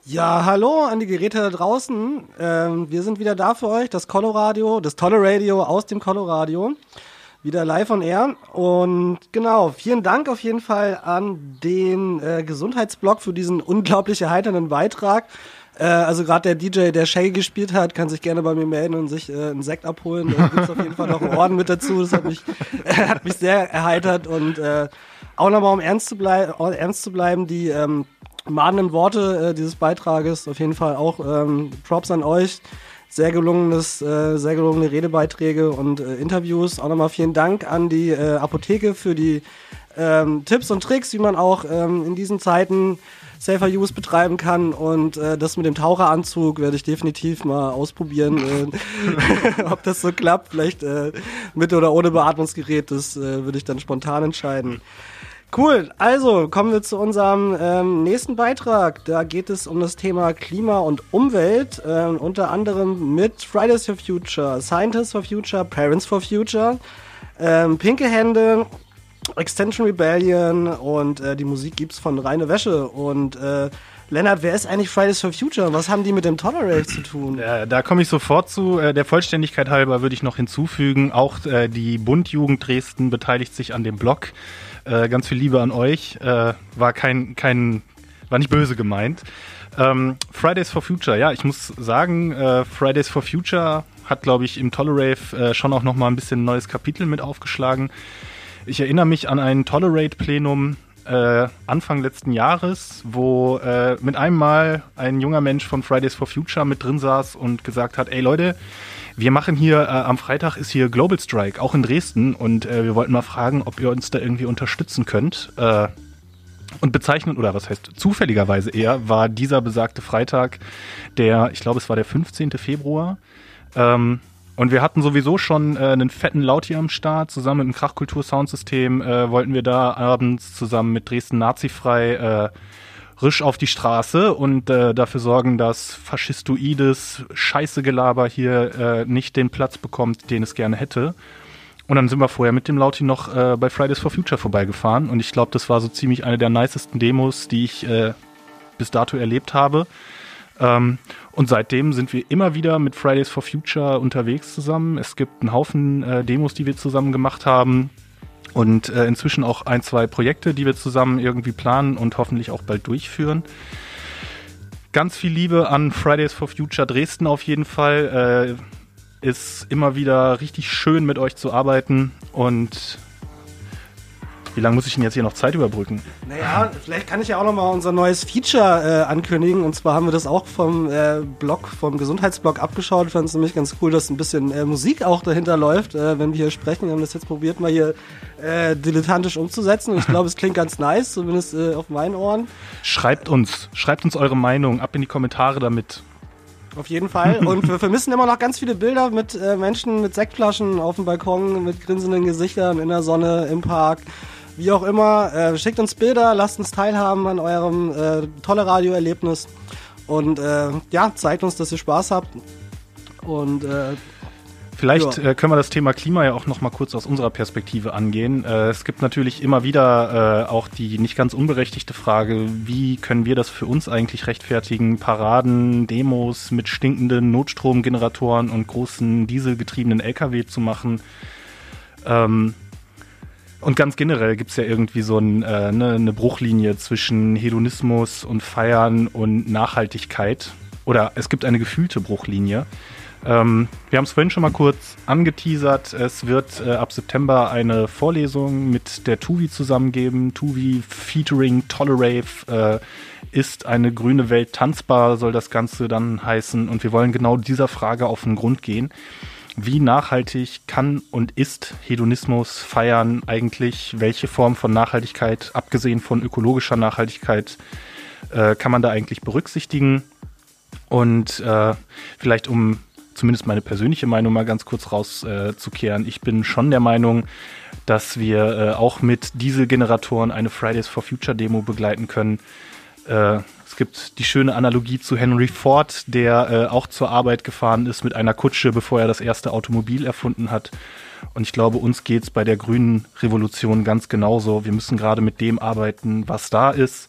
Ja, hallo an die Geräte da draußen. Wir sind wieder da für euch, das Coloradio, das tolle Radio aus dem Coloradio. Wieder live on air. Und genau, vielen Dank auf jeden Fall an den Gesundheitsblog für diesen unglaublich erheiternden Beitrag. Also gerade der DJ, der Shaggy gespielt hat, kann sich gerne bei mir melden und sich einen Sekt abholen. Da gibt's auf jeden Fall noch einen Orden mit dazu. Das hat mich sehr erheitert. Und auch nochmal, um ernst zu bleiben, die mahnenden Worte dieses Beitrages, auf jeden Fall auch Props an euch. Sehr gelungene Redebeiträge und Interviews. Auch nochmal vielen Dank an die Apotheke für die Tipps und Tricks, wie man auch in diesen Zeiten Safer Use betreiben kann. Und das mit dem Taucheranzug werde ich definitiv mal ausprobieren, ob das so klappt. Vielleicht mit oder ohne Beatmungsgerät, das würde ich dann spontan entscheiden. Cool, also kommen wir zu unserem nächsten Beitrag. Da geht es um das Thema Klima und Umwelt, unter anderem mit Fridays for Future, Scientists for Future, Parents for Future, Pinke Hände, Extinction Rebellion und die Musik gibt's von Reine Wäsche. Und Lennart, wer ist eigentlich Fridays for Future? Was haben die mit dem Tolerave zu tun? Ja, da komme ich sofort zu. Der Vollständigkeit halber würde ich noch hinzufügen, auch die Bund-Jugend Dresden beteiligt sich an dem Blog. Ganz viel Liebe an euch. War nicht böse gemeint. Fridays for Future, ja, ich muss sagen, Fridays for Future hat, glaube ich, im Tolerave schon auch nochmal ein bisschen ein neues Kapitel mit aufgeschlagen. Ich erinnere mich an ein Tolerate-Plenum Anfang letzten Jahres, wo mit einem Mal ein junger Mensch von Fridays for Future mit drin saß und gesagt hat, ey Leute, wir machen hier, am Freitag ist hier Global Strike, auch in Dresden, und wir wollten mal fragen, ob ihr uns da irgendwie unterstützen könnt. Und bezeichnend, oder was heißt zufälligerweise eher, war dieser besagte Freitag, ich glaube es war der 15. Februar, und wir hatten sowieso schon einen fetten Laut hier am Start. Zusammen mit dem Krachkultur-Soundsystem wollten wir da abends zusammen mit Dresden Nazifrei risch auf die Straße und dafür sorgen, dass faschistoides Scheißegelaber hier nicht den Platz bekommt, den es gerne hätte. Und dann sind wir vorher mit dem Lauti noch bei Fridays for Future vorbeigefahren. Und ich glaube, das war so ziemlich eine der nicesten Demos, die ich bis dato erlebt habe. Und seitdem sind wir immer wieder mit Fridays for Future unterwegs zusammen. Es gibt einen Haufen Demos, die wir zusammen gemacht haben. Und inzwischen auch 1, 2 Projekte, die wir zusammen irgendwie planen und hoffentlich auch bald durchführen. Ganz viel Liebe an Fridays for Future Dresden auf jeden Fall. Ist immer wieder richtig schön, mit euch zu arbeiten. Und wie lange muss ich denn jetzt hier noch Zeit überbrücken? Naja, vielleicht kann ich ja auch nochmal unser neues Feature ankündigen. Und zwar haben wir das auch vom Gesundheitsblog abgeschaut. Ich fand es nämlich ganz cool, dass ein bisschen Musik auch dahinter läuft, wenn wir hier sprechen. Wir haben das jetzt probiert, mal hier dilettantisch umzusetzen. Und ich glaube, es klingt ganz nice, zumindest auf meinen Ohren. Schreibt uns eure Meinung, ab in die Kommentare damit. Auf jeden Fall. Und wir vermissen immer noch ganz viele Bilder mit Menschen mit Sektflaschen auf dem Balkon, mit grinsenden Gesichtern in der Sonne, im Park. Wie auch immer, schickt uns Bilder, lasst uns teilhaben an eurem tolle Radioerlebnis und zeigt uns, dass ihr Spaß habt. Und vielleicht können wir das Thema Klima ja auch noch mal kurz aus unserer Perspektive angehen. Es gibt natürlich immer wieder auch die nicht ganz unberechtigte Frage, wie können wir das für uns eigentlich rechtfertigen, Paraden, Demos mit stinkenden Notstromgeneratoren und großen dieselgetriebenen LKW zu machen. Und ganz generell gibt's ja irgendwie so eine Bruchlinie zwischen Hedonismus und Feiern und Nachhaltigkeit. Oder es gibt eine gefühlte Bruchlinie. Wir haben es vorhin schon mal kurz angeteasert. Es wird ab September eine Vorlesung mit der TUVI zusammen geben. TUVI featuring Tolerave ist eine grüne Welt tanzbar, soll das Ganze dann heißen. Und wir wollen genau dieser Frage auf den Grund gehen. Wie nachhaltig kann und ist Hedonismus, Feiern eigentlich? Welche Form von Nachhaltigkeit, abgesehen von ökologischer Nachhaltigkeit, kann man da eigentlich berücksichtigen? Und vielleicht um zumindest meine persönliche Meinung mal ganz kurz rauszukehren. Ich bin schon der Meinung, dass wir auch mit Dieselgeneratoren eine Fridays for Future Demo begleiten können. Es gibt die schöne Analogie zu Henry Ford, der auch zur Arbeit gefahren ist mit einer Kutsche, bevor er das erste Automobil erfunden hat. Und ich glaube, uns geht's bei der grünen Revolution ganz genauso. Wir müssen gerade mit dem arbeiten, was da ist.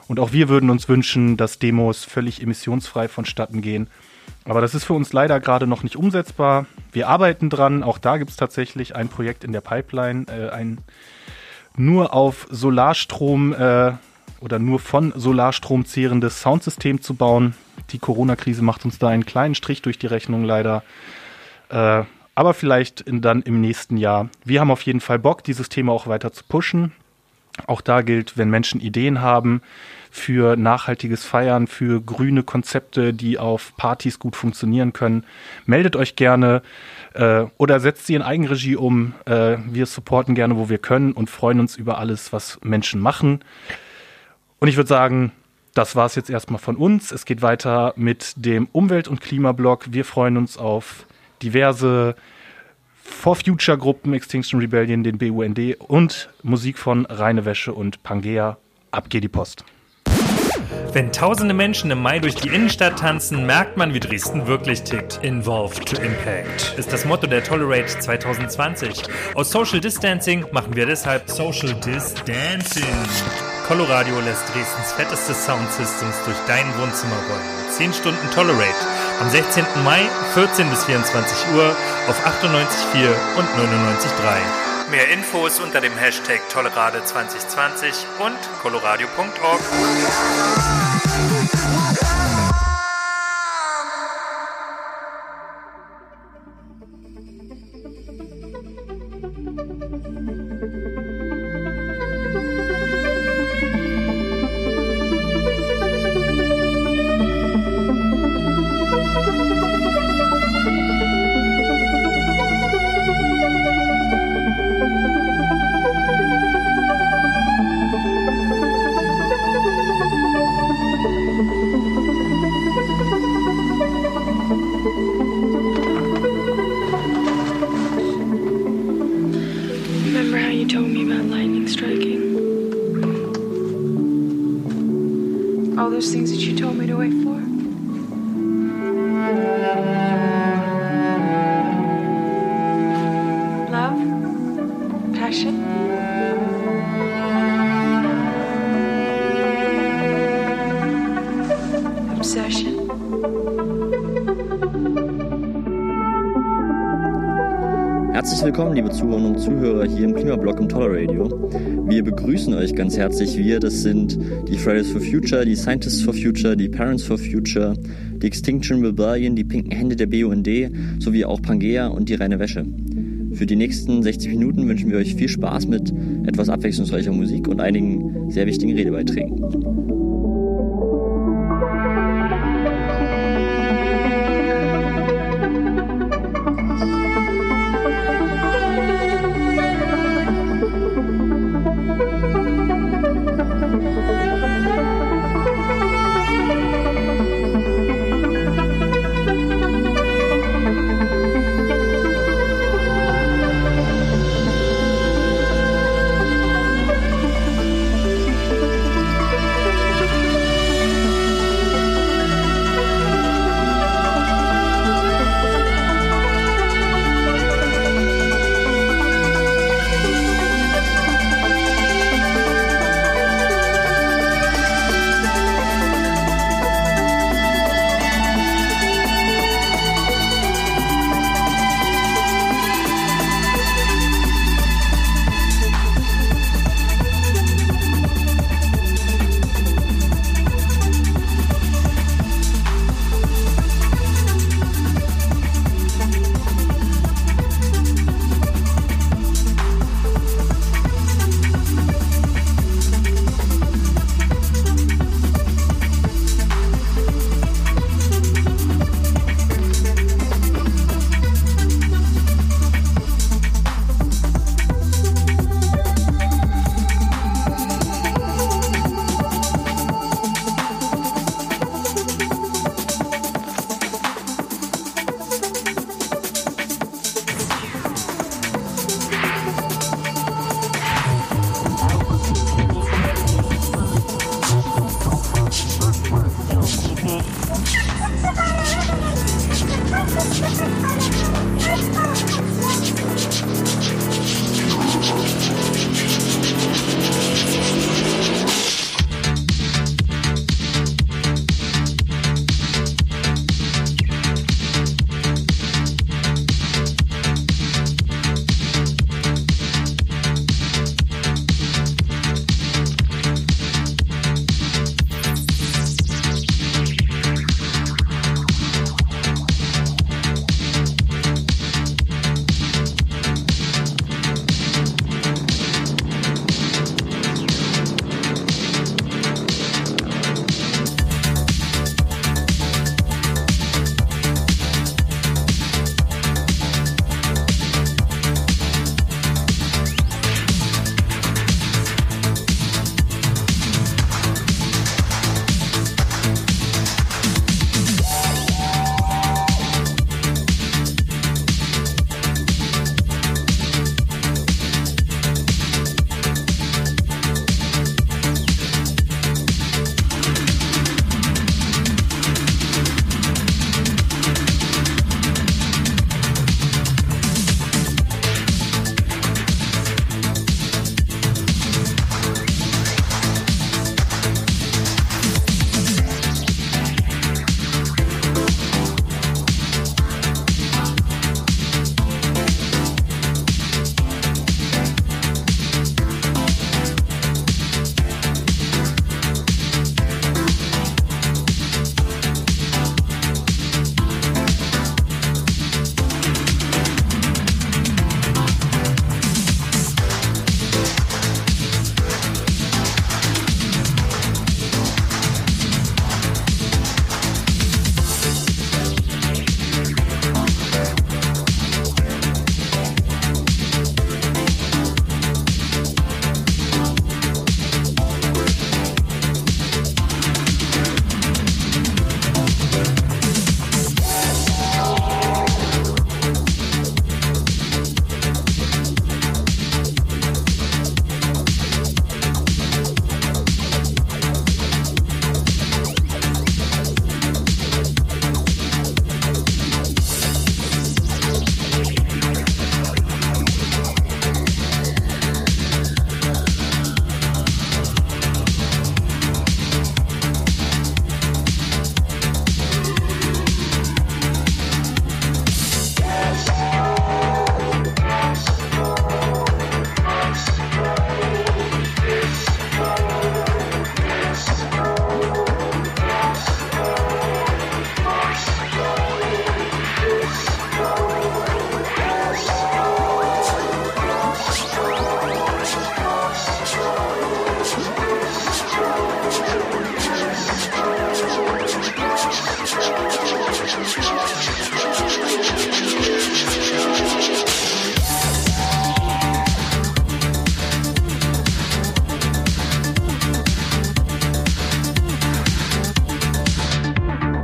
Und auch wir würden uns wünschen, dass Demos völlig emissionsfrei vonstatten gehen. Aber das ist für uns leider gerade noch nicht umsetzbar. Wir arbeiten dran. Auch da gibt es tatsächlich ein Projekt in der Pipeline, ein nur auf Solarstrom oder nur von Solarstrom zehrendes Soundsystem zu bauen. Die Corona-Krise macht uns da einen kleinen Strich durch die Rechnung leider. Aber vielleicht dann im nächsten Jahr. Wir haben auf jeden Fall Bock, dieses Thema auch weiter zu pushen. Auch da gilt, wenn Menschen Ideen haben für nachhaltiges Feiern, für grüne Konzepte, die auf Partys gut funktionieren können, meldet euch gerne oder setzt sie in Eigenregie um. Wir supporten gerne, wo wir können und freuen uns über alles, was Menschen machen. Und ich würde sagen, das war es jetzt erstmal von uns. Es geht weiter mit dem Umwelt- und Klimablog. Wir freuen uns auf diverse For-Future-Gruppen, Extinction Rebellion, den BUND und Musik von Reine Wäsche und Pangea. Ab geht die Post. Wenn tausende Menschen im Mai durch die Innenstadt tanzen, merkt man, wie Dresden wirklich tickt. Involved to Impact ist das Motto der Tolerate 2020. Aus Social Distancing machen wir deshalb Social Distancing. Coloradio lässt Dresdens fetteste Soundsystems durch dein Wohnzimmer rollen. 10 Stunden Tolerate. Am 16. Mai, 14 bis 24 Uhr auf 98.4 und 99.3. Mehr Infos unter dem Hashtag Tolerade 2020 und coloradio.org. Herzlich willkommen, liebe Zuhörerinnen und Zuhörer hier im Klimablog im Toleradio. Wir begrüßen euch ganz herzlich. Das sind die Fridays for Future, die Scientists for Future, die Parents for Future, die Extinction Rebellion, die pinken Hände der BUND sowie auch Pangea und die Reine Wäsche. Für die nächsten 60 Minuten wünschen wir euch viel Spaß mit etwas abwechslungsreicher Musik und einigen sehr wichtigen Redebeiträgen.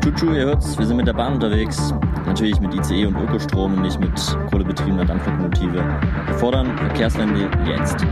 Tschu, ihr hört's, wir sind mit der Bahn unterwegs. Natürlich mit ICE und Ökostrom und nicht mit kohlebetriebener Dampflokomotive. Wir fordern Verkehrswende jetzt.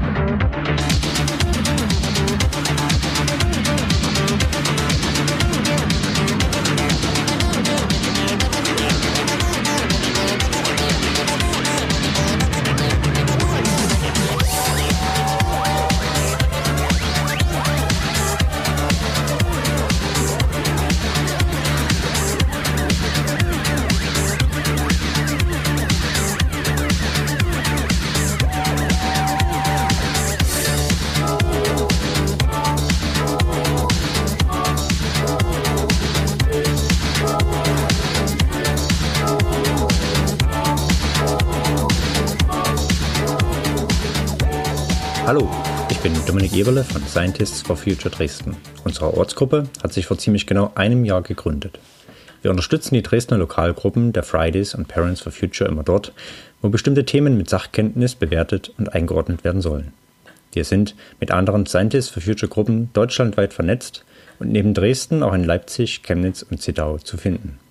Hallo, ich bin Dominik Eberle von Scientists for Future Dresden. Unsere Ortsgruppe hat sich vor ziemlich genau einem Jahr gegründet. Wir unterstützen die Dresdner Lokalgruppen der Fridays und Parents for Future immer dort, wo bestimmte Themen mit Sachkenntnis bewertet und eingeordnet werden sollen. Wir sind mit anderen Scientists for Future Gruppen deutschlandweit vernetzt und neben Dresden auch in Leipzig, Chemnitz und Zittau zu finden.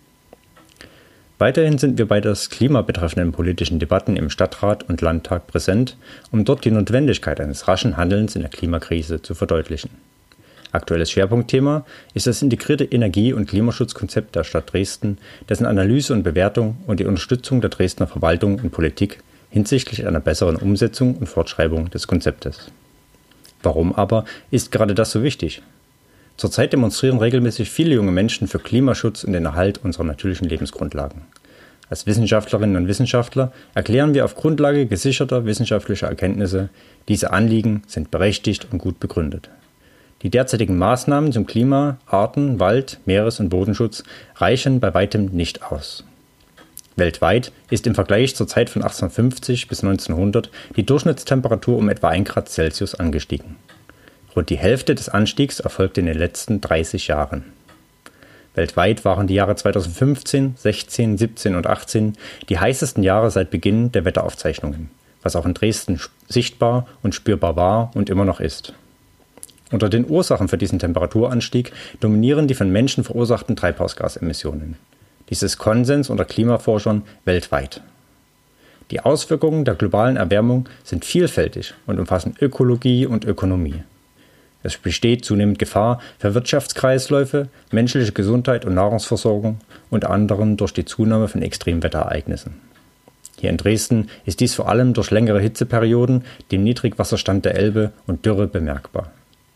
Weiterhin sind wir bei das Klima betreffenden politischen Debatten im Stadtrat und Landtag präsent, um dort die Notwendigkeit eines raschen Handelns in der Klimakrise zu verdeutlichen. Aktuelles Schwerpunktthema ist das integrierte Energie- und Klimaschutzkonzept der Stadt Dresden, dessen Analyse und Bewertung und die Unterstützung der Dresdner Verwaltung und Politik hinsichtlich einer besseren Umsetzung und Fortschreibung des Konzeptes. Warum aber ist gerade das so wichtig? Zurzeit demonstrieren regelmäßig viele junge Menschen für Klimaschutz und den Erhalt unserer natürlichen Lebensgrundlagen. Als Wissenschaftlerinnen und Wissenschaftler erklären wir auf Grundlage gesicherter wissenschaftlicher Erkenntnisse, diese Anliegen sind berechtigt und gut begründet. Die derzeitigen Maßnahmen zum Klima-, Arten-, Wald-, Meeres- und Bodenschutz reichen bei weitem nicht aus. Weltweit ist im Vergleich zur Zeit von 1850 bis 1900 die Durchschnittstemperatur um etwa 1 Grad Celsius angestiegen. Rund die Hälfte des Anstiegs erfolgte in den letzten 30 Jahren. Weltweit waren die Jahre 2015, 16, 17 und 18 die heißesten Jahre seit Beginn der Wetteraufzeichnungen, was auch in Dresden sichtbar und spürbar war und immer noch ist. Unter den Ursachen für diesen Temperaturanstieg dominieren die von Menschen verursachten Treibhausgasemissionen. Dies ist Konsens unter Klimaforschern weltweit. Die Auswirkungen der globalen Erwärmung sind vielfältig und umfassen Ökologie und Ökonomie. Es besteht zunehmend Gefahr für Wirtschaftskreisläufe, menschliche Gesundheit und Nahrungsversorgung, unter anderem durch die Zunahme von Extremwetterereignissen. Hier in Dresden ist dies vor allem durch längere Hitzeperioden, den Niedrigwasserstand der Elbe und Dürre bemerkbar.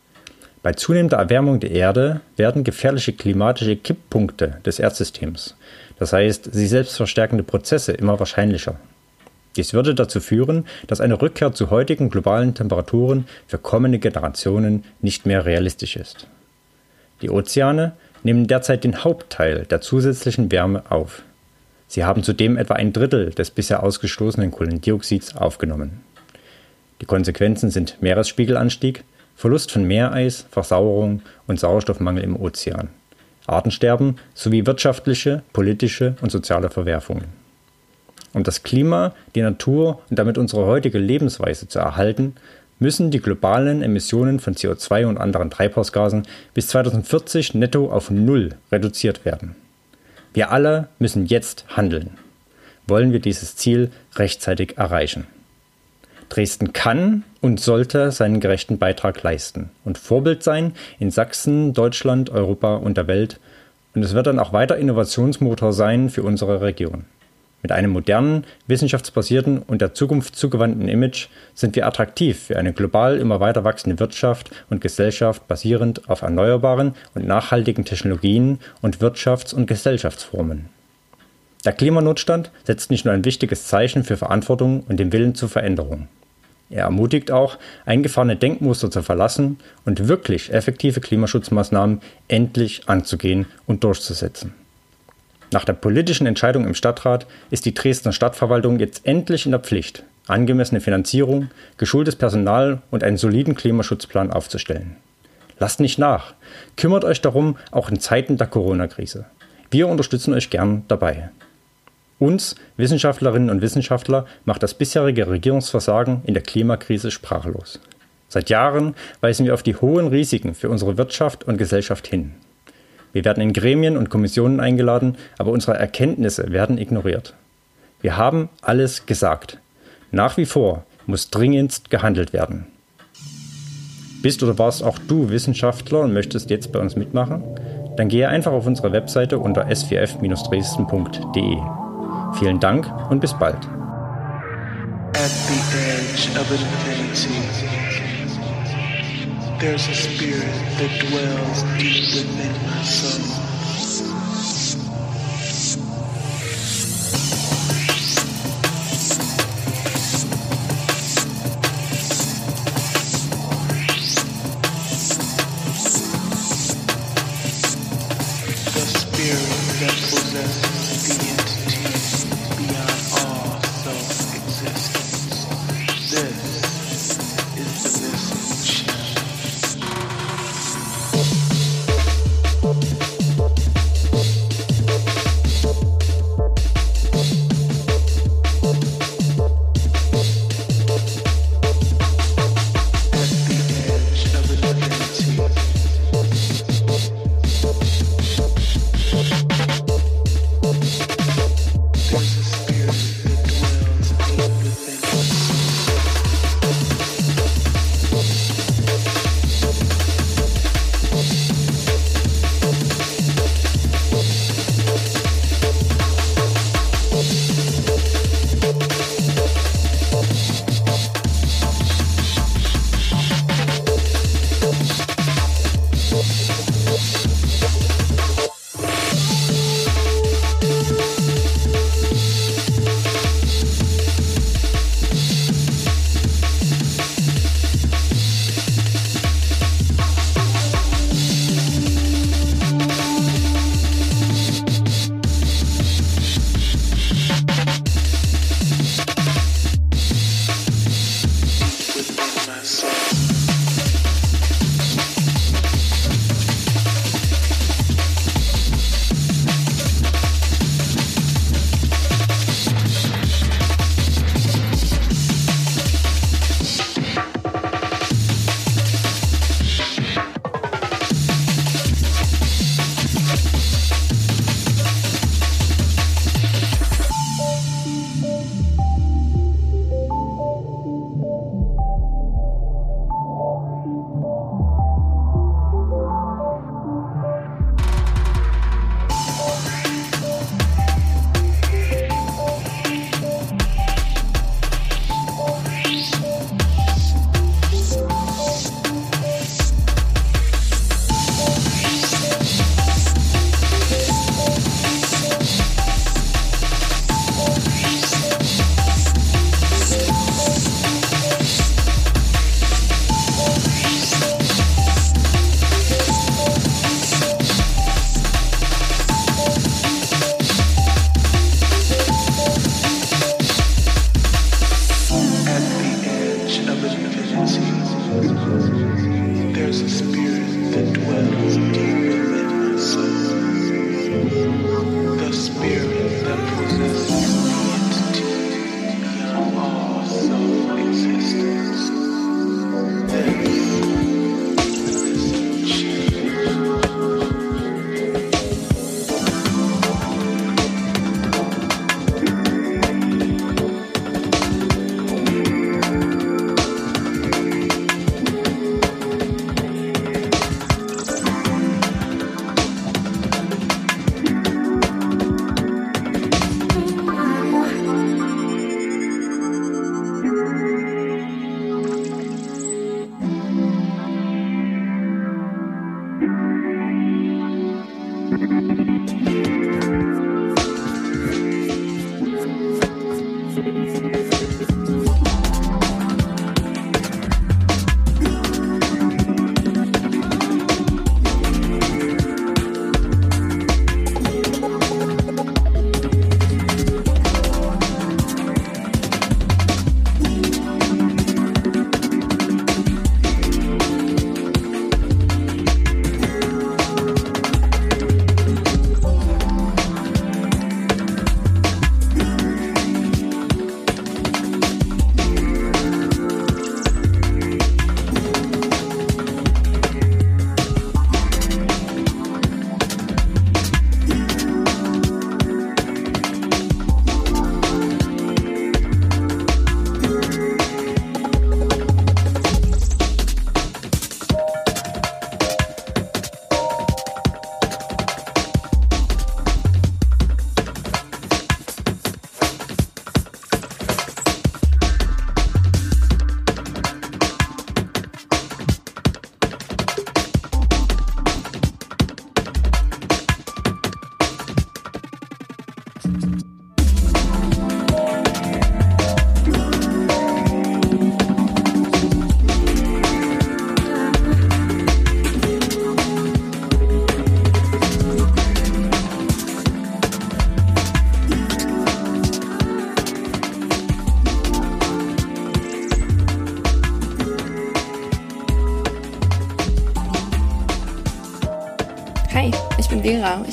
Bei zunehmender Erwärmung der Erde werden gefährliche klimatische Kipppunkte des Erdsystems, das heißt, sie selbst verstärkende Prozesse, immer wahrscheinlicher. Dies würde dazu führen, dass eine Rückkehr zu heutigen globalen Temperaturen für kommende Generationen nicht mehr realistisch ist. Die Ozeane nehmen derzeit den Hauptteil der zusätzlichen Wärme auf. Sie haben zudem etwa 1/3 des bisher ausgestoßenen Kohlendioxids aufgenommen. Die Konsequenzen sind Meeresspiegelanstieg, Verlust von Meereis, Versauerung und Sauerstoffmangel im Ozean, Artensterben sowie wirtschaftliche, politische und soziale Verwerfungen. Um das Klima, die Natur und damit unsere heutige Lebensweise zu erhalten, müssen die globalen Emissionen von CO2 und anderen Treibhausgasen bis 2040 netto auf 0 reduziert werden. Wir alle müssen jetzt handeln. Wollen wir dieses Ziel rechtzeitig erreichen? Dresden kann und sollte seinen gerechten Beitrag leisten und Vorbild sein in Sachsen, Deutschland, Europa und der Welt. Und es wird dann auch weiter Innovationsmotor sein für unsere Region. Mit einem modernen, wissenschaftsbasierten und der Zukunft zugewandten Image sind wir attraktiv für eine global immer weiter wachsende Wirtschaft und Gesellschaft basierend auf erneuerbaren und nachhaltigen Technologien und Wirtschafts- und Gesellschaftsformen. Der Klimanotstand setzt nicht nur ein wichtiges Zeichen für Verantwortung und den Willen zur Veränderung. Er ermutigt auch, eingefahrene Denkmuster zu verlassen und wirklich effektive Klimaschutzmaßnahmen endlich anzugehen und durchzusetzen. Nach der politischen Entscheidung im Stadtrat ist die Dresdner Stadtverwaltung jetzt endlich in der Pflicht, angemessene Finanzierung, geschultes Personal und einen soliden Klimaschutzplan aufzustellen. Lasst nicht nach. Kümmert euch darum, auch in Zeiten der Corona-Krise. Wir unterstützen euch gern dabei. Uns, Wissenschaftlerinnen und Wissenschaftler, macht das bisherige Regierungsversagen in der Klimakrise sprachlos. Seit Jahren weisen wir auf die hohen Risiken für unsere Wirtschaft und Gesellschaft hin. Wir werden in Gremien und Kommissionen eingeladen, aber unsere Erkenntnisse werden ignoriert. Wir haben alles gesagt. Nach wie vor muss dringendst gehandelt werden. Bist oder warst auch du Wissenschaftler und möchtest jetzt bei uns mitmachen? Dann gehe einfach auf unsere Webseite unter svf-dresden.de. Vielen Dank und bis bald. At the edge of infinity, there's a spirit that dwells deep within my soul. The spirit that possesses the entity beyond all self-existence. This is the missing channel. At the edge of infinity.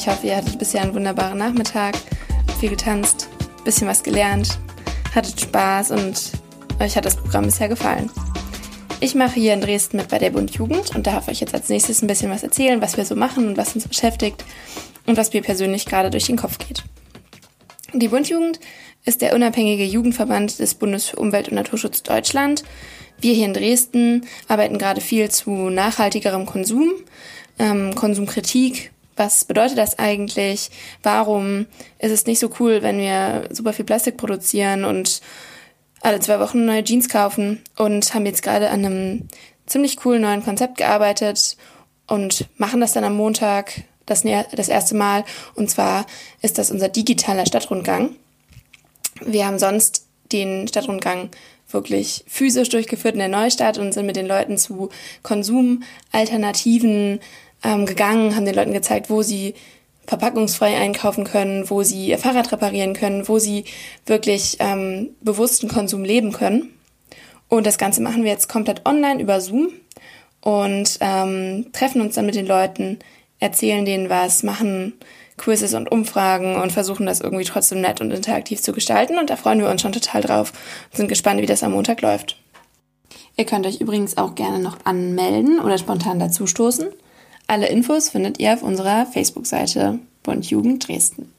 Ich hoffe, ihr hattet bisher einen wunderbaren Nachmittag, viel getanzt, bisschen was gelernt, hattet Spaß und euch hat das Programm bisher gefallen. Ich mache hier in Dresden mit bei der Bund Jugend und darf euch jetzt als nächstes ein bisschen was erzählen, was wir so machen und was uns beschäftigt und was mir persönlich gerade durch den Kopf geht. Die Bund Jugend ist der unabhängige Jugendverband des Bundes für Umwelt- und Naturschutz Deutschland. Wir hier in Dresden arbeiten gerade viel zu nachhaltigerem Konsum, Konsumkritik. Was bedeutet das eigentlich? Warum ist es nicht so cool, wenn wir super viel Plastik produzieren und alle 2 Wochen neue Jeans kaufen? Und haben jetzt gerade an einem ziemlich coolen neuen Konzept gearbeitet und machen das dann am Montag das erste Mal. Und zwar ist das unser digitaler Stadtrundgang. Wir haben sonst den Stadtrundgang wirklich physisch durchgeführt in der Neustadt und sind mit den Leuten zu Konsumalternativen gegangen, haben den Leuten gezeigt, wo sie verpackungsfrei einkaufen können, wo sie ihr Fahrrad reparieren können, wo sie wirklich bewussten Konsum leben können. Und das Ganze machen wir jetzt komplett online über Zoom und treffen uns dann mit den Leuten, erzählen denen was, machen Quizzes und Umfragen und versuchen das irgendwie trotzdem nett und interaktiv zu gestalten. Und da freuen wir uns schon total drauf und sind gespannt, wie das am Montag läuft. Ihr könnt euch übrigens auch gerne noch anmelden oder spontan dazustoßen. Alle Infos findet ihr auf unserer Facebook-Seite Bund Jugend Dresden.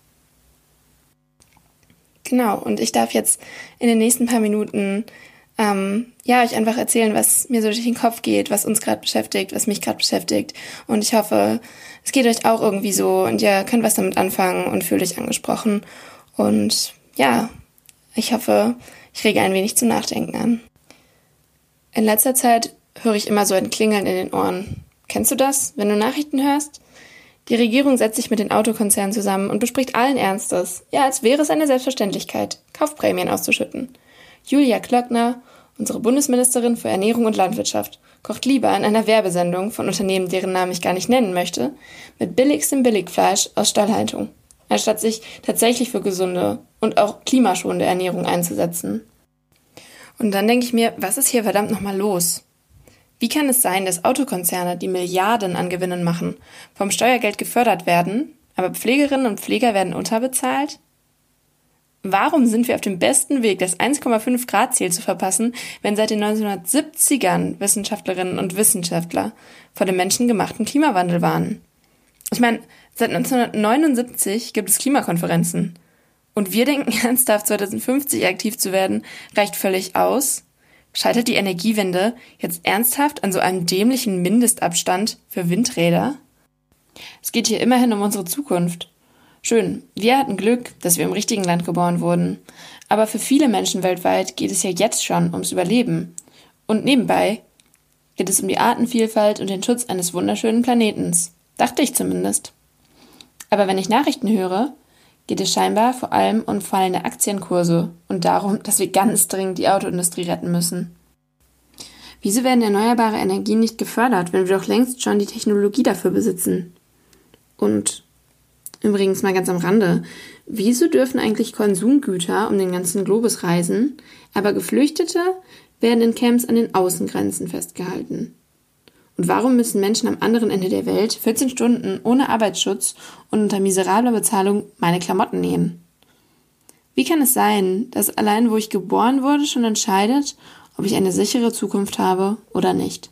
Genau, und ich darf jetzt in den nächsten paar Minuten euch einfach erzählen, was mir so durch den Kopf geht, was uns gerade beschäftigt, was mich gerade beschäftigt. Und ich hoffe, es geht euch auch irgendwie so und ihr könnt was damit anfangen und fühlt euch angesprochen. Und ja, ich hoffe, ich rege ein wenig zum Nachdenken an. In letzter Zeit höre ich immer so ein Klingeln in den Ohren. Kennst du das, wenn du Nachrichten hörst? Die Regierung setzt sich mit den Autokonzernen zusammen und bespricht allen Ernstes, als wäre es eine Selbstverständlichkeit, Kaufprämien auszuschütten. Julia Klöckner, unsere Bundesministerin für Ernährung und Landwirtschaft, kocht lieber in einer Werbesendung von Unternehmen, deren Namen ich gar nicht nennen möchte, mit billigstem Billigfleisch aus Stallhaltung, anstatt sich tatsächlich für gesunde und auch klimaschonende Ernährung einzusetzen. Und dann denke ich mir, was ist hier verdammt nochmal los? Wie kann es sein, dass Autokonzerne, die Milliarden an Gewinnen machen, vom Steuergeld gefördert werden, aber Pflegerinnen und Pfleger werden unterbezahlt? Warum sind wir auf dem besten Weg, das 1,5-Grad-Ziel zu verpassen, wenn seit den 1970ern Wissenschaftlerinnen und Wissenschaftler vor dem menschengemachten Klimawandel warnen? Ich meine, seit 1979 gibt es Klimakonferenzen. Und wir denken ernsthaft, 2050 aktiv zu werden, reicht völlig aus? Scheitert die Energiewende jetzt ernsthaft an so einem dämlichen Mindestabstand für Windräder? Es geht hier immerhin um unsere Zukunft. Schön, wir hatten Glück, dass wir im richtigen Land geboren wurden. Aber für viele Menschen weltweit geht es ja jetzt schon ums Überleben. Und nebenbei geht es um die Artenvielfalt und den Schutz eines wunderschönen Planetens. Dachte ich zumindest. Aber wenn ich Nachrichten höre, geht es scheinbar vor allem um fallende Aktienkurse und darum, dass wir ganz dringend die Autoindustrie retten müssen. Wieso werden erneuerbare Energien nicht gefördert, wenn wir doch längst schon die Technologie dafür besitzen? Und übrigens mal ganz am Rande, wieso dürfen eigentlich Konsumgüter um den ganzen Globus reisen, aber Geflüchtete werden in Camps an den Außengrenzen festgehalten? Und warum müssen Menschen am anderen Ende der Welt 14 Stunden ohne Arbeitsschutz und unter miserabler Bezahlung meine Klamotten nähen? Wie kann es sein, dass allein wo ich geboren wurde schon entscheidet, ob ich eine sichere Zukunft habe oder nicht?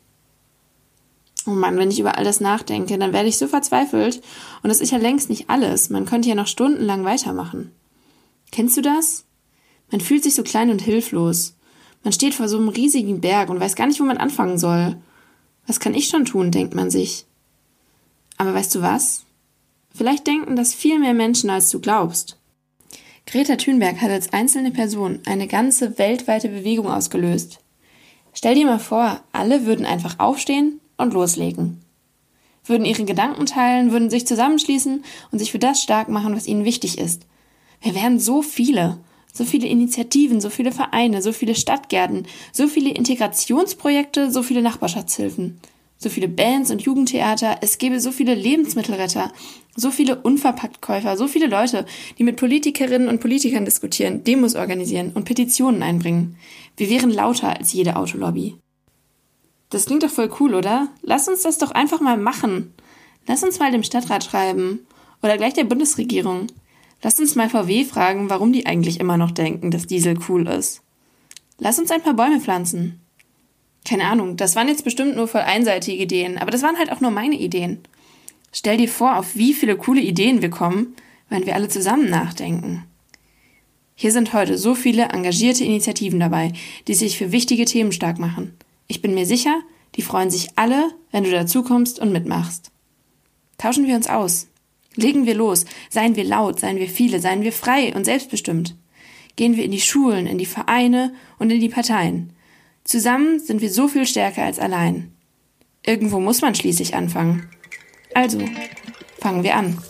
Oh Mann, wenn ich über all das nachdenke, dann werde ich so verzweifelt. Und das ist ja längst nicht alles. Man könnte ja noch stundenlang weitermachen. Kennst du das? Man fühlt sich so klein und hilflos. Man steht vor so einem riesigen Berg und weiß gar nicht, wo man anfangen soll. Was kann ich schon tun, denkt man sich. Aber weißt du was? Vielleicht denken das viel mehr Menschen, als du glaubst. Greta Thunberg hat als einzelne Person eine ganze weltweite Bewegung ausgelöst. Stell dir mal vor, alle würden einfach aufstehen und loslegen. Würden ihre Gedanken teilen, würden sich zusammenschließen und sich für das stark machen, was ihnen wichtig ist. Wir wären so viele Initiativen, so viele Vereine, so viele Stadtgärten, so viele Integrationsprojekte, so viele Nachbarschaftshilfen, so viele Bands und Jugendtheater, es gäbe so viele Lebensmittelretter, so viele Unverpacktkäufer, so viele Leute, die mit Politikerinnen und Politikern diskutieren, Demos organisieren und Petitionen einbringen. Wir wären lauter als jede Autolobby. Das klingt doch voll cool, oder? Lass uns das doch einfach mal machen. Lass uns mal dem Stadtrat schreiben Oder gleich der Bundesregierung. Lasst uns mal VW fragen, warum die eigentlich immer noch denken, dass Diesel cool ist. Lass uns ein paar Bäume pflanzen. Keine Ahnung, das waren jetzt bestimmt nur voll einseitige Ideen, aber das waren halt auch nur meine Ideen. Stell dir vor, auf wie viele coole Ideen wir kommen, wenn wir alle zusammen nachdenken. Hier sind heute so viele engagierte Initiativen dabei, die sich für wichtige Themen stark machen. Ich bin mir sicher, die freuen sich alle, wenn du dazukommst und mitmachst. Tauschen wir uns aus. Legen wir los. Seien wir laut, seien wir viele, seien wir frei und selbstbestimmt. Gehen wir in die Schulen, in die Vereine und in die Parteien. Zusammen sind wir so viel stärker als allein. Irgendwo muss man schließlich anfangen. Also, fangen wir an.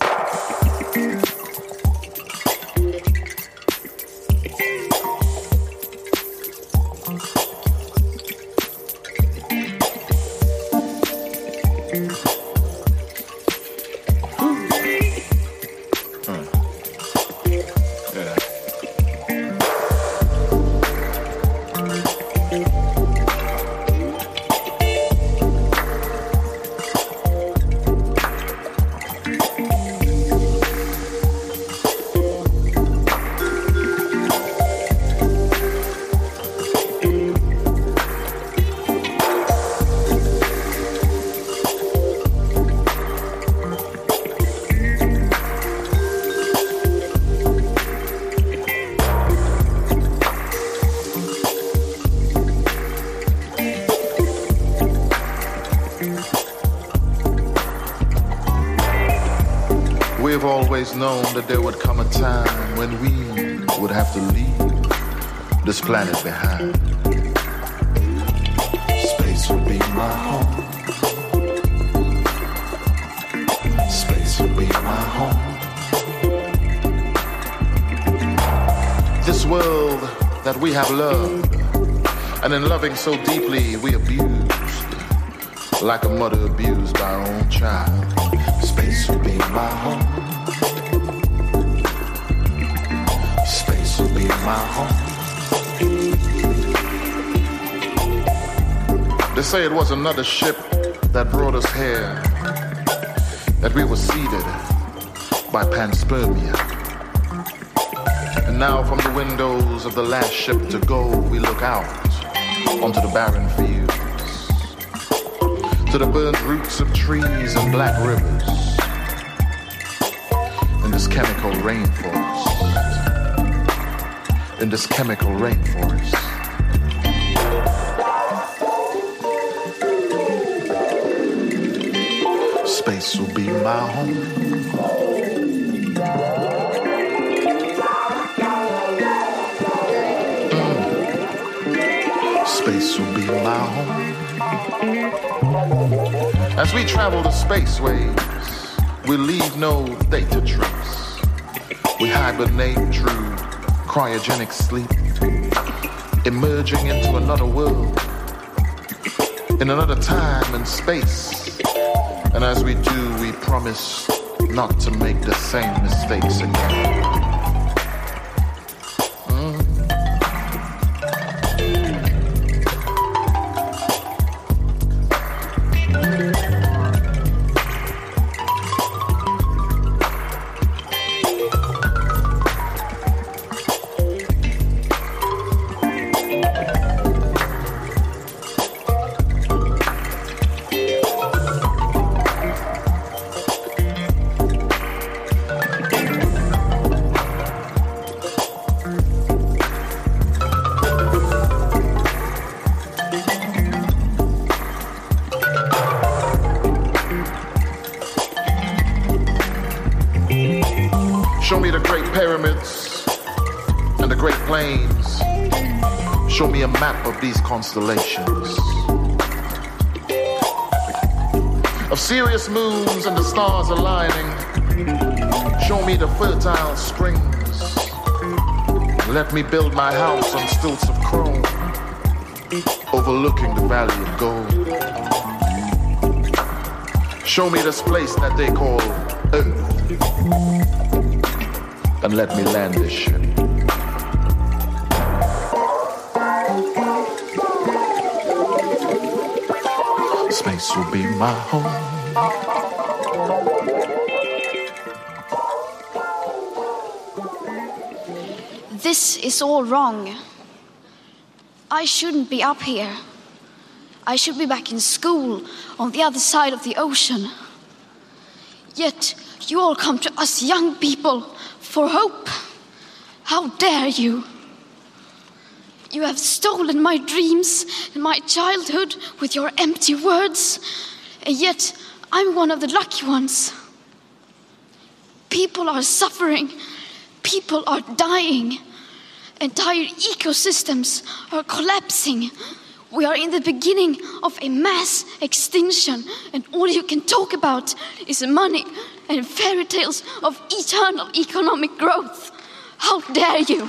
We've always known that there would come a time when we would have to leave this planet behind. Space will be my home. Space will be my home. This world that we have loved, and in loving so deeply we abused, like a mother abused by her own child. Space will be my home. Space will be my home. They say it was another ship that brought us here, that we were seeded by panspermia. And now from the windows of the last ship to go, we look out onto the barren fields, to the burnt roots of trees and black rivers, in this chemical rainforest, in this chemical rainforest. Space will be my home. Space will be my home. As we travel the spaceways, we leave no data trace. We hibernate through cryogenic sleep, emerging into another world, in another time and space. And as we do, we promise not to make the same mistakes again. Show me the great pyramids and the great plains. Show me a map of these constellations, of Sirius moons and the stars aligning. Show me the fertile springs. Let me build my house on stilts of chrome, overlooking the valley of gold. Show me this place that they call Earth, and let me land this ship. Space will be my home. This is all wrong. I shouldn't be up here. I should be back in school on the other side of the ocean. Yet you all come to us young people for hope. How dare you? You have stolen my dreams and my childhood with your empty words, and yet I'm one of the lucky ones. People are suffering. People are dying. Entire ecosystems are collapsing. We are in the beginning of a mass extinction, and all you can talk about is money and fairy tales of eternal economic growth. How dare you?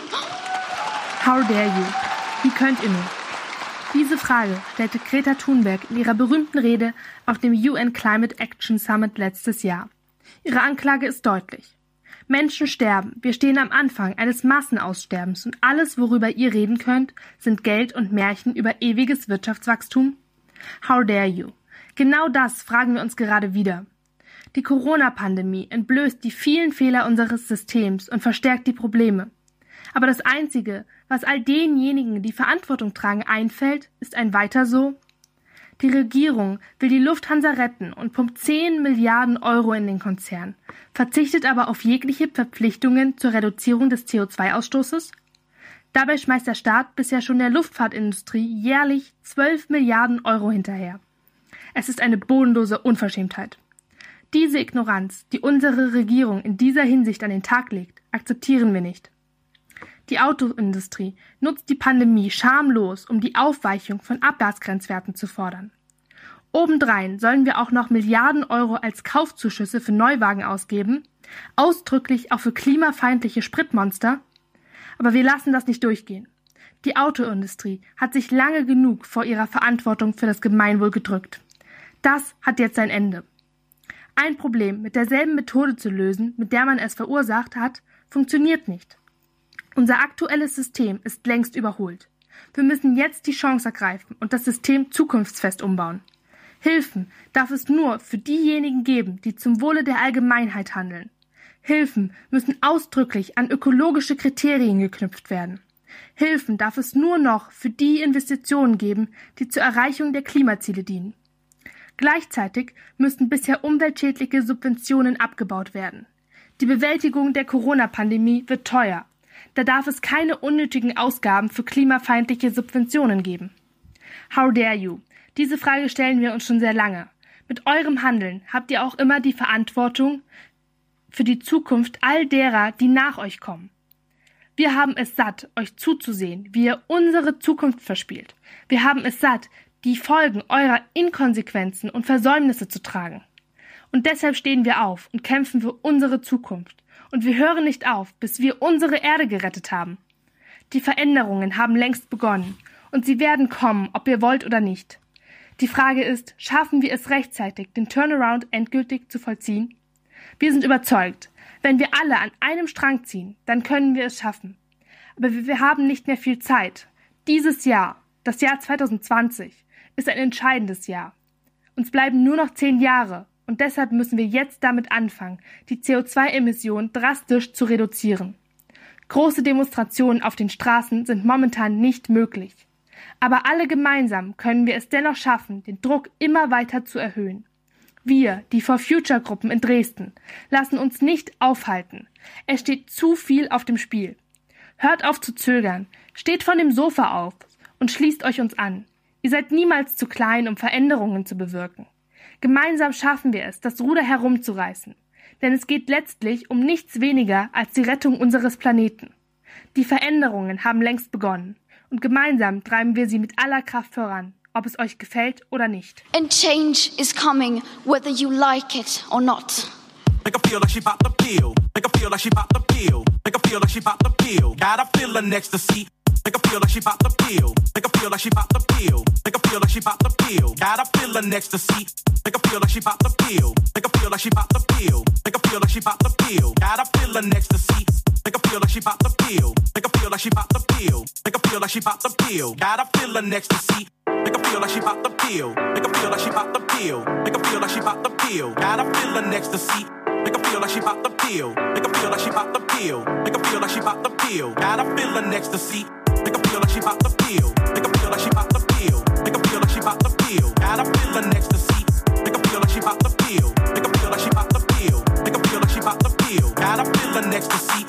How dare you? Wie könnt ihr nur? Diese Frage stellte Greta Thunberg in ihrer berühmten Rede auf dem UN Climate Action Summit letztes Jahr. Ihre Anklage ist deutlich. Menschen sterben, wir stehen am Anfang eines Massenaussterbens und alles, worüber ihr reden könnt, sind Geld und Märchen über ewiges Wirtschaftswachstum? How dare you? Genau das fragen wir uns gerade wieder. Die Corona-Pandemie entblößt die vielen Fehler unseres Systems und verstärkt die Probleme. Aber das Einzige, was all denjenigen, die Verantwortung tragen, einfällt, ist ein Weiter so. Die Regierung will die Lufthansa retten und pumpt 10 Milliarden Euro in den Konzern, verzichtet aber auf jegliche Verpflichtungen zur Reduzierung des CO2-Ausstoßes. Dabei schmeißt der Staat bisher schon der Luftfahrtindustrie jährlich 12 Milliarden Euro hinterher. Es ist eine bodenlose Unverschämtheit. Diese Ignoranz, die unsere Regierung in dieser Hinsicht an den Tag legt, akzeptieren wir nicht. Die Autoindustrie nutzt die Pandemie schamlos, um die Aufweichung von Abgasgrenzwerten zu fordern. Obendrein sollen wir auch noch Milliarden Euro als Kaufzuschüsse für Neuwagen ausgeben, ausdrücklich auch für klimafeindliche Spritmonster. Aber wir lassen das nicht durchgehen. Die Autoindustrie hat sich lange genug vor ihrer Verantwortung für das Gemeinwohl gedrückt. Das hat jetzt sein Ende. Ein Problem mit derselben Methode zu lösen, mit der man es verursacht hat, funktioniert nicht. Unser aktuelles System ist längst überholt. Wir müssen jetzt die Chance ergreifen und das System zukunftsfest umbauen. Hilfen darf es nur für diejenigen geben, die zum Wohle der Allgemeinheit handeln. Hilfen müssen ausdrücklich an ökologische Kriterien geknüpft werden. Hilfen darf es nur noch für die Investitionen geben, die zur Erreichung der Klimaziele dienen. Gleichzeitig müssten bisher umweltschädliche Subventionen abgebaut werden. Die Bewältigung der Corona-Pandemie wird teuer. Da darf es keine unnötigen Ausgaben für klimafeindliche Subventionen geben. How dare you? Diese Frage stellen wir uns schon sehr lange. Mit eurem Handeln habt ihr auch immer die Verantwortung für die Zukunft all derer, die nach euch kommen. Wir haben es satt, euch zuzusehen, wie ihr unsere Zukunft verspielt. Wir haben es satt, die Folgen eurer Inkonsequenzen und Versäumnisse zu tragen. Und deshalb stehen wir auf und kämpfen für unsere Zukunft. Und wir hören nicht auf, bis wir unsere Erde gerettet haben. Die Veränderungen haben längst begonnen und sie werden kommen, ob ihr wollt oder nicht. Die Frage ist, schaffen wir es rechtzeitig, den Turnaround endgültig zu vollziehen? Wir sind überzeugt, wenn wir alle an einem Strang ziehen, dann können wir es schaffen. Aber wir haben nicht mehr viel Zeit. Dieses Jahr, das Jahr 2020, ist ein entscheidendes Jahr. Uns bleiben nur noch 10 Jahre. Und deshalb müssen wir jetzt damit anfangen, die CO2-Emissionen drastisch zu reduzieren. Große Demonstrationen auf den Straßen sind momentan nicht möglich. Aber alle gemeinsam können wir es dennoch schaffen, den Druck immer weiter zu erhöhen. Wir, die For-Future-Gruppen in Dresden, lassen uns nicht aufhalten. Es steht zu viel auf dem Spiel. Hört auf zu zögern, steht von dem Sofa auf und schließt euch uns an. Ihr seid niemals zu klein, um Veränderungen zu bewirken. Gemeinsam schaffen wir es, das Ruder herumzureißen. Denn es geht letztlich um nichts weniger als die Rettung unseres Planeten. Die Veränderungen haben längst begonnen. Und gemeinsam treiben wir sie mit aller Kraft voran, ob es euch gefällt oder nicht. And change is coming, whether you like it or not. Make her feel like she bout to peel. Make her feel like she bout to peel. Make her feel like she bout to peel. Gotta feel her next to see. Make her feel like she bout to peel. Make her feel like she bout to peel. Make her feel like she bout to peel. Gotta feel her next to see. Make her feel like she bout to peel. Make her feel like she bout to peel. Make her feel like she bout to peel. Gotta feel her next to see. Make her feel like she bout to peel. Make her feel like she bout to peel. Make her feel like she bout to peel. Gotta feel her next to see. Make her feel like she bout to peel. Make her feel like she bout to peel. Make her feel like she bout to peel. Gotta feel her next to see. Make her feel like she bout to peel. Make her feel like she bout to peel. Make her feel like she bout to peel. peel. Got a feeling ecstasy. Make her feel like she about to peel. Make her feel like she about to peel. Make her feel like she about to peel. Got a feeling ecstasy. Make her feel like she about to peel. Make her feel like she about to peel. Make her feel like she about to peel. Got a feeling ecstasy.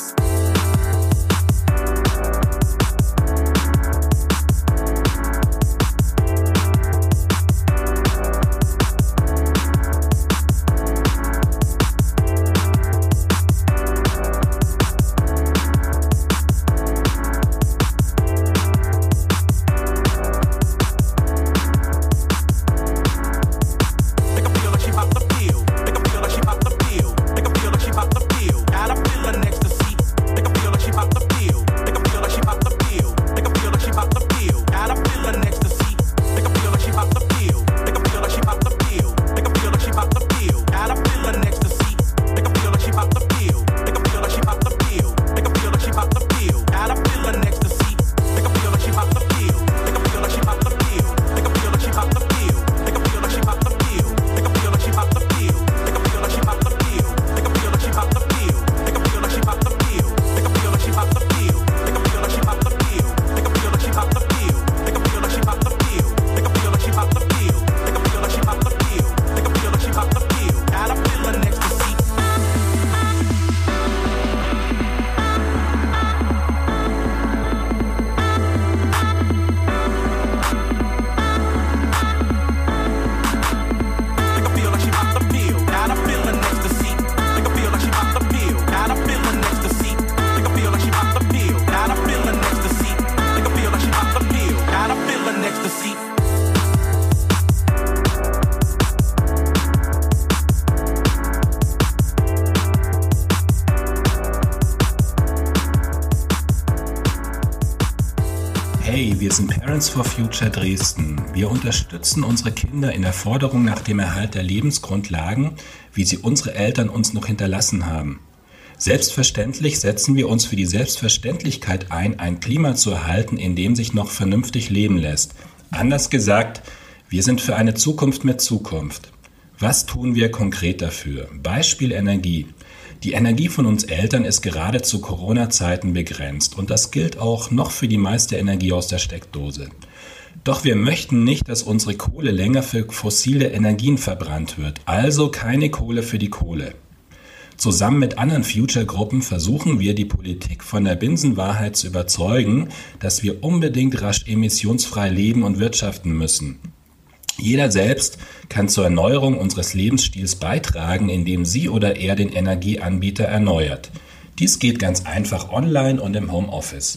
Hey, wir sind Parents for Future Dresden. Wir unterstützen unsere Kinder in der Forderung nach dem Erhalt der Lebensgrundlagen, wie sie unsere Eltern uns noch hinterlassen haben. Selbstverständlich setzen wir uns für die Selbstverständlichkeit ein Klima zu erhalten, in dem sich noch vernünftig leben lässt. Anders gesagt, wir sind für eine Zukunft mit Zukunft. Was tun wir konkret dafür? Beispiel Energie. Die Energie von uns Eltern ist gerade zu Corona-Zeiten begrenzt und das gilt auch noch für die meiste Energie aus der Steckdose. Doch wir möchten nicht, dass unsere Kohle länger für fossile Energien verbrannt wird, also keine Kohle für die Kohle. Zusammen mit anderen Future-Gruppen versuchen wir, die Politik von der Binsenwahrheit zu überzeugen, dass wir unbedingt rasch emissionsfrei leben und wirtschaften müssen. Jeder selbst kann zur Erneuerung unseres Lebensstils beitragen, indem sie oder er den Energieanbieter erneuert. Dies geht ganz einfach online und im Homeoffice.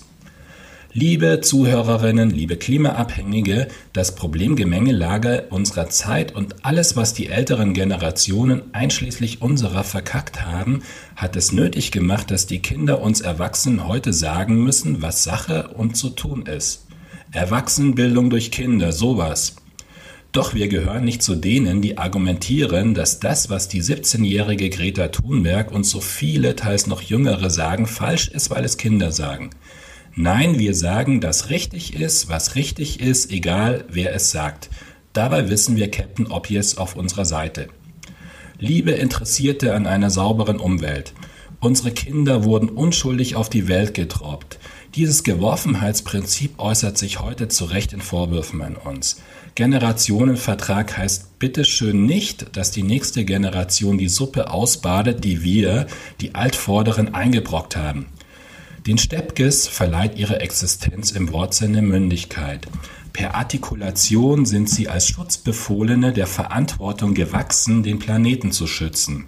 Liebe Zuhörerinnen, liebe Klimaabhängige, das Problemgemengelage unserer Zeit und alles, was die älteren Generationen einschließlich unserer verkackt haben, hat es nötig gemacht, dass die Kinder uns Erwachsenen heute sagen müssen, was Sache und zu tun ist. Erwachsenenbildung durch Kinder, sowas. Doch wir gehören nicht zu denen, die argumentieren, dass das, was die 17-jährige Greta Thunberg und so viele, teils noch Jüngere sagen, falsch ist, weil es Kinder sagen. Nein, wir sagen, dass richtig ist, was richtig ist, egal wer es sagt. Dabei wissen wir Captain Obvious auf unserer Seite. Liebe Interessierte an einer sauberen Umwelt. Unsere Kinder wurden unschuldig auf die Welt getroppt. Dieses Geworfenheitsprinzip äußert sich heute zu Recht in Vorwürfen an uns. Generationenvertrag heißt bitteschön nicht, dass die nächste Generation die Suppe ausbadet, die wir, die Altvorderen, eingebrockt haben. Den Steppkes verleiht ihre Existenz im Wortsinne Mündigkeit. Per Artikulation sind sie als Schutzbefohlene der Verantwortung gewachsen, den Planeten zu schützen.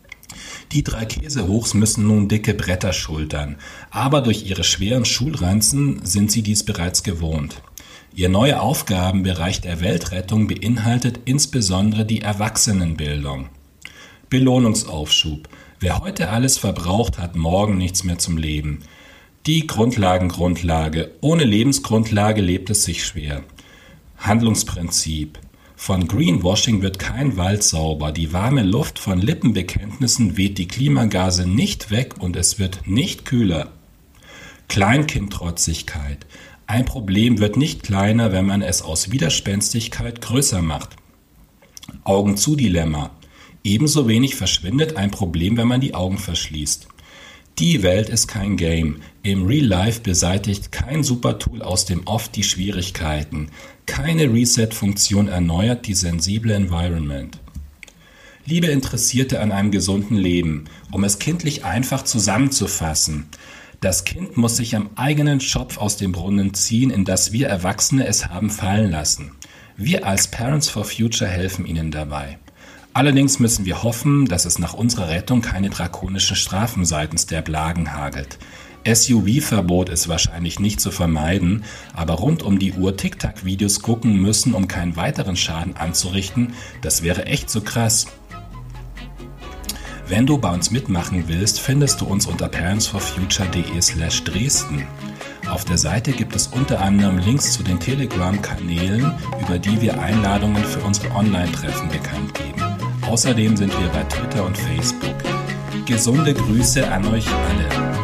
Die 3 Käsehochs müssen nun dicke Bretter schultern, aber durch ihre schweren Schulranzen sind sie dies bereits gewohnt. Ihr neuer Aufgabenbereich der Weltrettung beinhaltet insbesondere die Erwachsenenbildung. Belohnungsaufschub. Wer heute alles verbraucht, hat morgen nichts mehr zum Leben. Die Grundlage. Ohne Lebensgrundlage lebt es sich schwer. Handlungsprinzip. Von Greenwashing wird kein Wald sauber. Die warme Luft von Lippenbekenntnissen weht die Klimagase nicht weg und es wird nicht kühler. Kleinkindtrotzigkeit. Ein Problem wird nicht kleiner, wenn man es aus Widerspenstigkeit größer macht. Augen-zu-Dilemma. Ebenso wenig verschwindet ein Problem, wenn man die Augen verschließt. Die Welt ist kein Game. Im Real Life beseitigt kein Supertool aus dem Off die Schwierigkeiten. Keine Reset-Funktion erneuert die sensible Environment. Liebe Interessierte an einem gesunden Leben, um es kindlich einfach zusammenzufassen. Das Kind muss sich am eigenen Schopf aus dem Brunnen ziehen, in das wir Erwachsene es haben fallen lassen. Wir als Parents for Future helfen ihnen dabei. Allerdings müssen wir hoffen, dass es nach unserer Rettung keine drakonischen Strafen seitens der Blagen hagelt. SUV-Verbot ist wahrscheinlich nicht zu vermeiden, aber rund um die Uhr TikTok-Videos gucken müssen, um keinen weiteren Schaden anzurichten, das wäre echt so krass. Wenn du bei uns mitmachen willst, findest du uns unter parentsforfuture.de/Dresden. Auf der Seite gibt es unter anderem Links zu den Telegram-Kanälen, über die wir Einladungen für unsere Online-Treffen bekannt geben. Außerdem sind wir bei Twitter und Facebook. Gesunde Grüße an euch alle.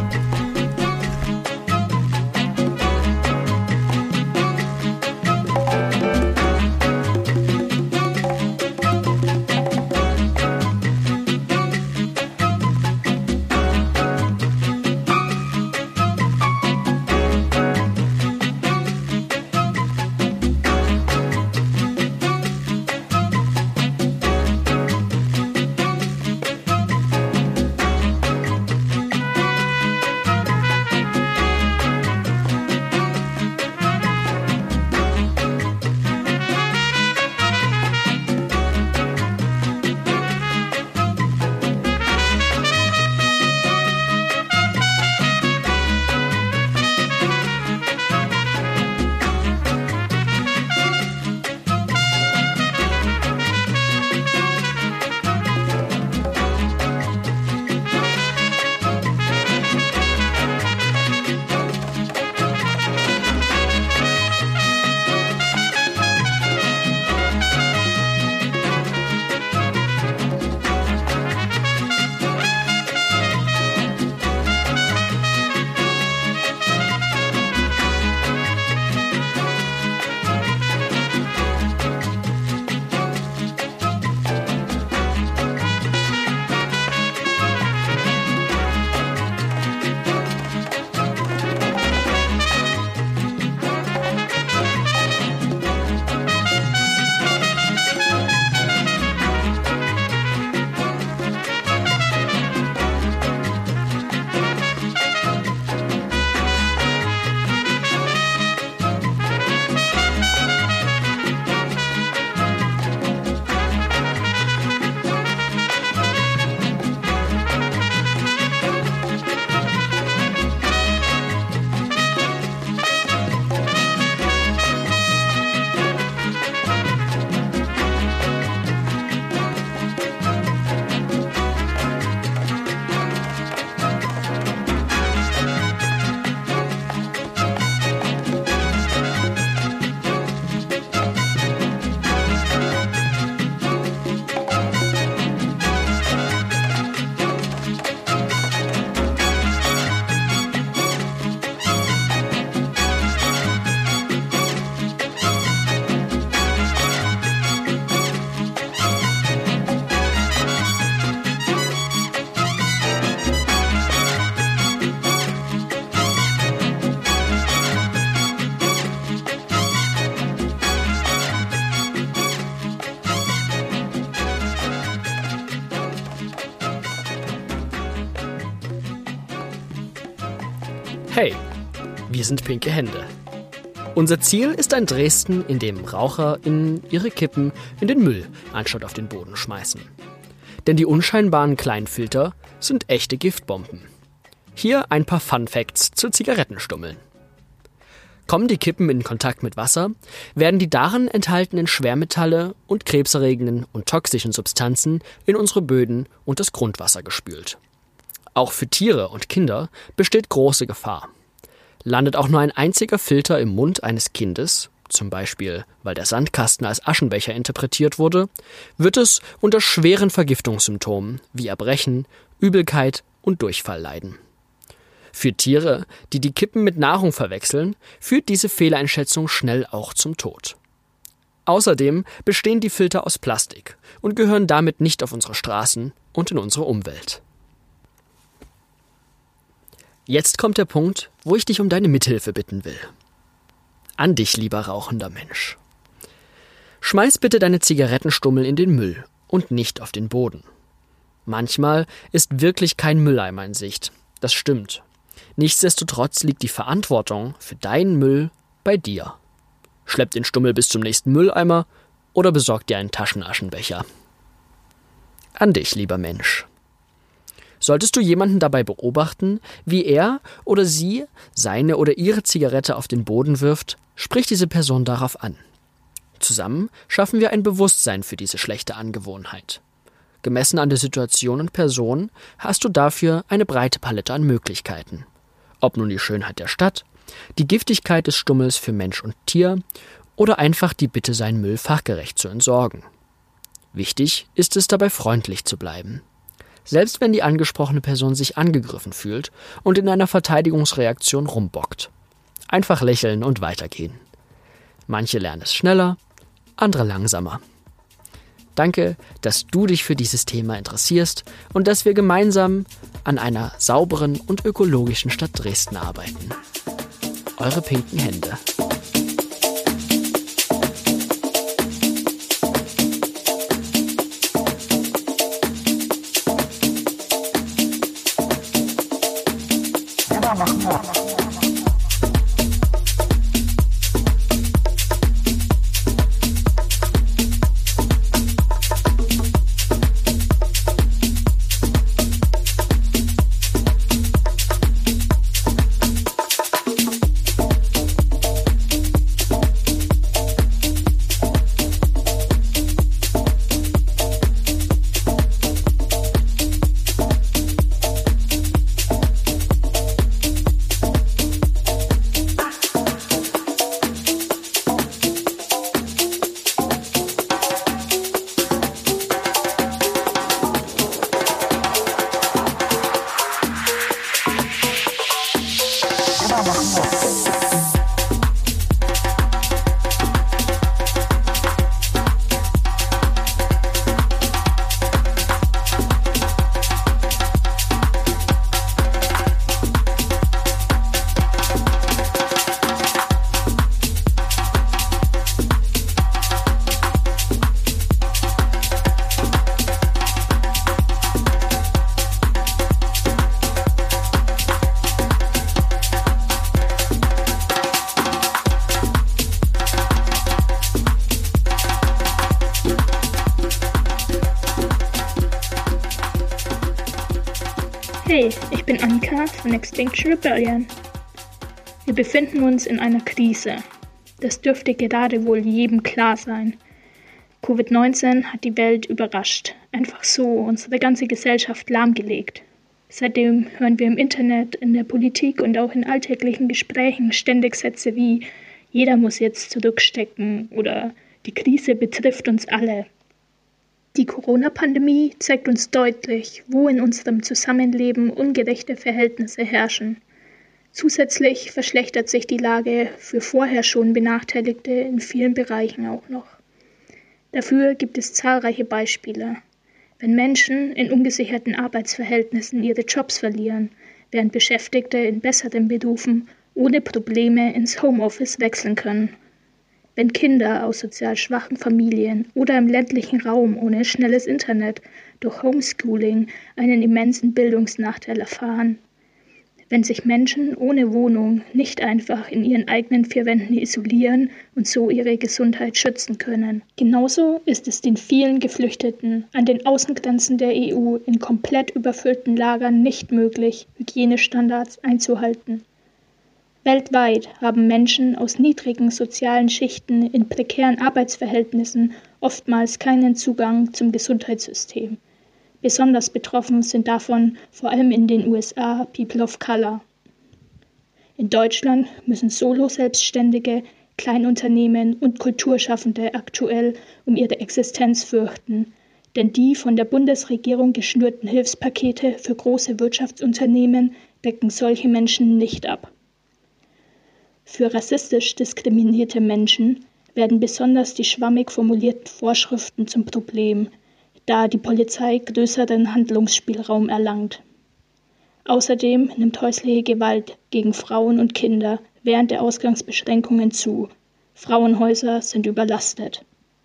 Hey, wir sind Pinke Hände. Unser Ziel ist ein Dresden, in dem RaucherInnen ihre Kippen in den Müll anstatt auf den Boden schmeißen. Denn die unscheinbaren Kleinfilter sind echte Giftbomben. Hier ein paar Fun Facts zu Zigarettenstummeln. Kommen die Kippen in Kontakt mit Wasser, werden die darin enthaltenen Schwermetalle und krebserregenden und toxischen Substanzen in unsere Böden und das Grundwasser gespült. Auch für Tiere und Kinder besteht große Gefahr. Landet auch nur ein einziger Filter im Mund eines Kindes, zum Beispiel weil der Sandkasten als Aschenbecher interpretiert wurde, wird es unter schweren Vergiftungssymptomen wie Erbrechen, Übelkeit und Durchfall leiden. Für Tiere, die die Kippen mit Nahrung verwechseln, führt diese Fehleinschätzung schnell auch zum Tod. Außerdem bestehen die Filter aus Plastik und gehören damit nicht auf unsere Straßen und in unsere Umwelt. Jetzt kommt der Punkt, wo ich dich um deine Mithilfe bitten will. An dich, lieber rauchender Mensch. Schmeiß bitte deine Zigarettenstummel in den Müll und nicht auf den Boden. Manchmal ist wirklich kein Mülleimer in Sicht. Das stimmt. Nichtsdestotrotz liegt die Verantwortung für deinen Müll bei dir. Schlepp den Stummel bis zum nächsten Mülleimer oder besorg dir einen Taschenaschenbecher. An dich, lieber Mensch. Solltest du jemanden dabei beobachten, wie er oder sie seine oder ihre Zigarette auf den Boden wirft, sprich diese Person darauf an. Zusammen schaffen wir ein Bewusstsein für diese schlechte Angewohnheit. Gemessen an der Situation und Person hast du dafür eine breite Palette an Möglichkeiten. Ob nun die Schönheit der Stadt, die Giftigkeit des Stummels für Mensch und Tier oder einfach die Bitte, seinen Müll fachgerecht zu entsorgen. Wichtig ist es dabei, freundlich zu bleiben. Selbst wenn die angesprochene Person sich angegriffen fühlt und in einer Verteidigungsreaktion rumbockt. Einfach lächeln und weitergehen. Manche lernen es schneller, andere langsamer. Danke, dass du dich für dieses Thema interessierst und dass wir gemeinsam an einer sauberen und ökologischen Stadt Dresden arbeiten. Eure pinken Hände. Hey, ich bin Annika von Extinction Rebellion. Wir befinden uns in einer Krise. Das dürfte gerade wohl jedem klar sein. Covid-19 hat die Welt überrascht, einfach so unsere ganze Gesellschaft lahmgelegt. Seitdem hören wir im Internet, in der Politik und auch in alltäglichen Gesprächen ständig Sätze wie „Jeder muss jetzt zurückstecken" oder „Die Krise betrifft uns alle". Die Corona-Pandemie zeigt uns deutlich, wo in unserem Zusammenleben ungerechte Verhältnisse herrschen. Zusätzlich verschlechtert sich die Lage für vorher schon Benachteiligte in vielen Bereichen auch noch. Dafür gibt es zahlreiche Beispiele. Wenn Menschen in ungesicherten Arbeitsverhältnissen ihre Jobs verlieren, während Beschäftigte in besseren Berufen ohne Probleme ins Homeoffice wechseln können. Wenn Kinder aus sozial schwachen Familien oder im ländlichen Raum ohne schnelles Internet durch Homeschooling einen immensen Bildungsnachteil erfahren. Wenn sich Menschen ohne Wohnung nicht einfach in ihren eigenen vier Wänden isolieren und so ihre Gesundheit schützen können. Genauso ist es den vielen Geflüchteten an den Außengrenzen der EU in komplett überfüllten Lagern nicht möglich, Hygienestandards einzuhalten. Weltweit haben Menschen aus niedrigen sozialen Schichten in prekären Arbeitsverhältnissen oftmals keinen Zugang zum Gesundheitssystem. Besonders betroffen sind davon vor allem in den USA People of Color. In Deutschland müssen Solo-Selbstständige, Kleinunternehmen und Kulturschaffende aktuell um ihre Existenz fürchten, denn die von der Bundesregierung geschnürten Hilfspakete für große Wirtschaftsunternehmen decken solche Menschen nicht ab. Für rassistisch diskriminierte Menschen werden besonders die schwammig formulierten Vorschriften zum Problem, da die Polizei größeren Handlungsspielraum erlangt. Außerdem nimmt häusliche Gewalt gegen Frauen und Kinder während der Ausgangsbeschränkungen zu. Frauenhäuser sind überlastet.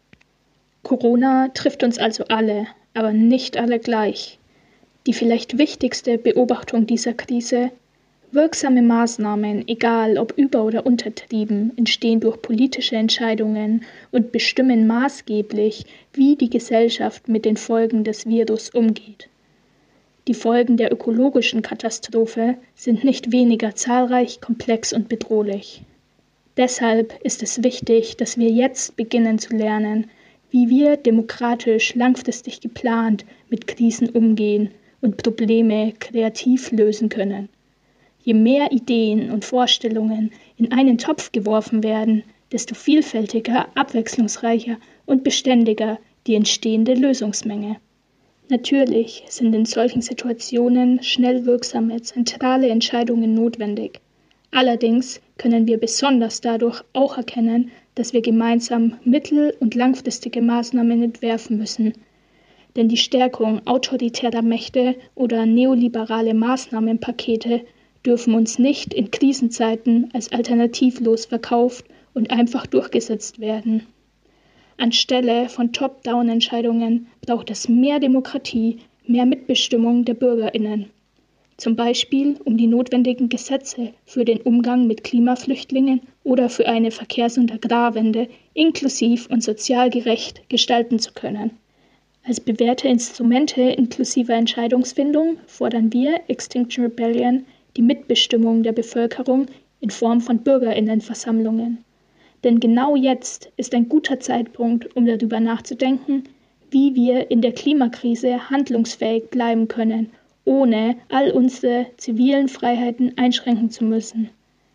Corona trifft uns also alle, aber nicht alle gleich. Die vielleicht wichtigste Beobachtung dieser Krise: wirksame Maßnahmen, egal ob über- oder untertrieben, entstehen durch politische Entscheidungen und bestimmen maßgeblich, wie die Gesellschaft mit den Folgen des Virus umgeht. Die Folgen der ökologischen Katastrophe sind nicht weniger zahlreich, komplex und bedrohlich. Deshalb ist es wichtig, dass wir jetzt beginnen zu lernen, wie wir demokratisch, langfristig geplant mit Krisen umgehen und Probleme kreativ lösen können. Je mehr Ideen und Vorstellungen in einen Topf geworfen werden, desto vielfältiger, abwechslungsreicher und beständiger die entstehende Lösungsmenge. Natürlich sind in solchen Situationen schnell wirksame, zentrale Entscheidungen notwendig. Allerdings können wir besonders dadurch auch erkennen, dass wir gemeinsam mittel- und langfristige Maßnahmen entwerfen müssen. Denn die Stärkung autoritärer Mächte oder neoliberale Maßnahmenpakete dürfen uns nicht in Krisenzeiten als alternativlos verkauft und einfach durchgesetzt werden. Anstelle von Top-Down-Entscheidungen braucht es mehr Demokratie, mehr Mitbestimmung der BürgerInnen. Zum Beispiel, um die notwendigen Gesetze für den Umgang mit Klimaflüchtlingen oder für eine Verkehrs- und Agrarwende inklusiv und sozial gerecht gestalten zu können. Als bewährte Instrumente inklusiver Entscheidungsfindung fordern wir, Extinction Rebellion, die Mitbestimmung der Bevölkerung in Form von BürgerInnenversammlungen. Denn genau jetzt ist ein guter Zeitpunkt, um darüber nachzudenken, wie wir in der Klimakrise handlungsfähig bleiben können, ohne all unsere zivilen Freiheiten einschränken zu müssen.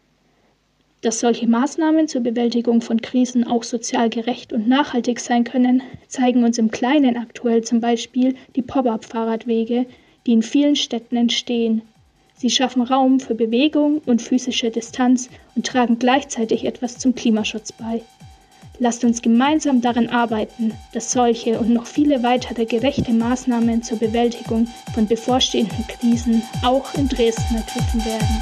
Dass solche Maßnahmen zur Bewältigung von Krisen auch sozial gerecht und nachhaltig sein können, zeigen uns im Kleinen aktuell zum Beispiel die Pop-up-Fahrradwege, die in vielen Städten entstehen. Sie schaffen Raum für Bewegung und physische Distanz und tragen gleichzeitig etwas zum Klimaschutz bei. Lasst uns gemeinsam daran arbeiten, dass solche und noch viele weitere gerechte Maßnahmen zur Bewältigung von bevorstehenden Krisen auch in Dresden ergriffen werden.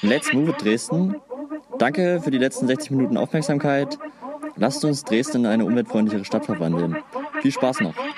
Let's Move It Dresden. Danke für die letzten 60 Minuten Aufmerksamkeit. Lasst uns Dresden in eine umweltfreundlichere Stadt verwandeln. Viel Spaß noch.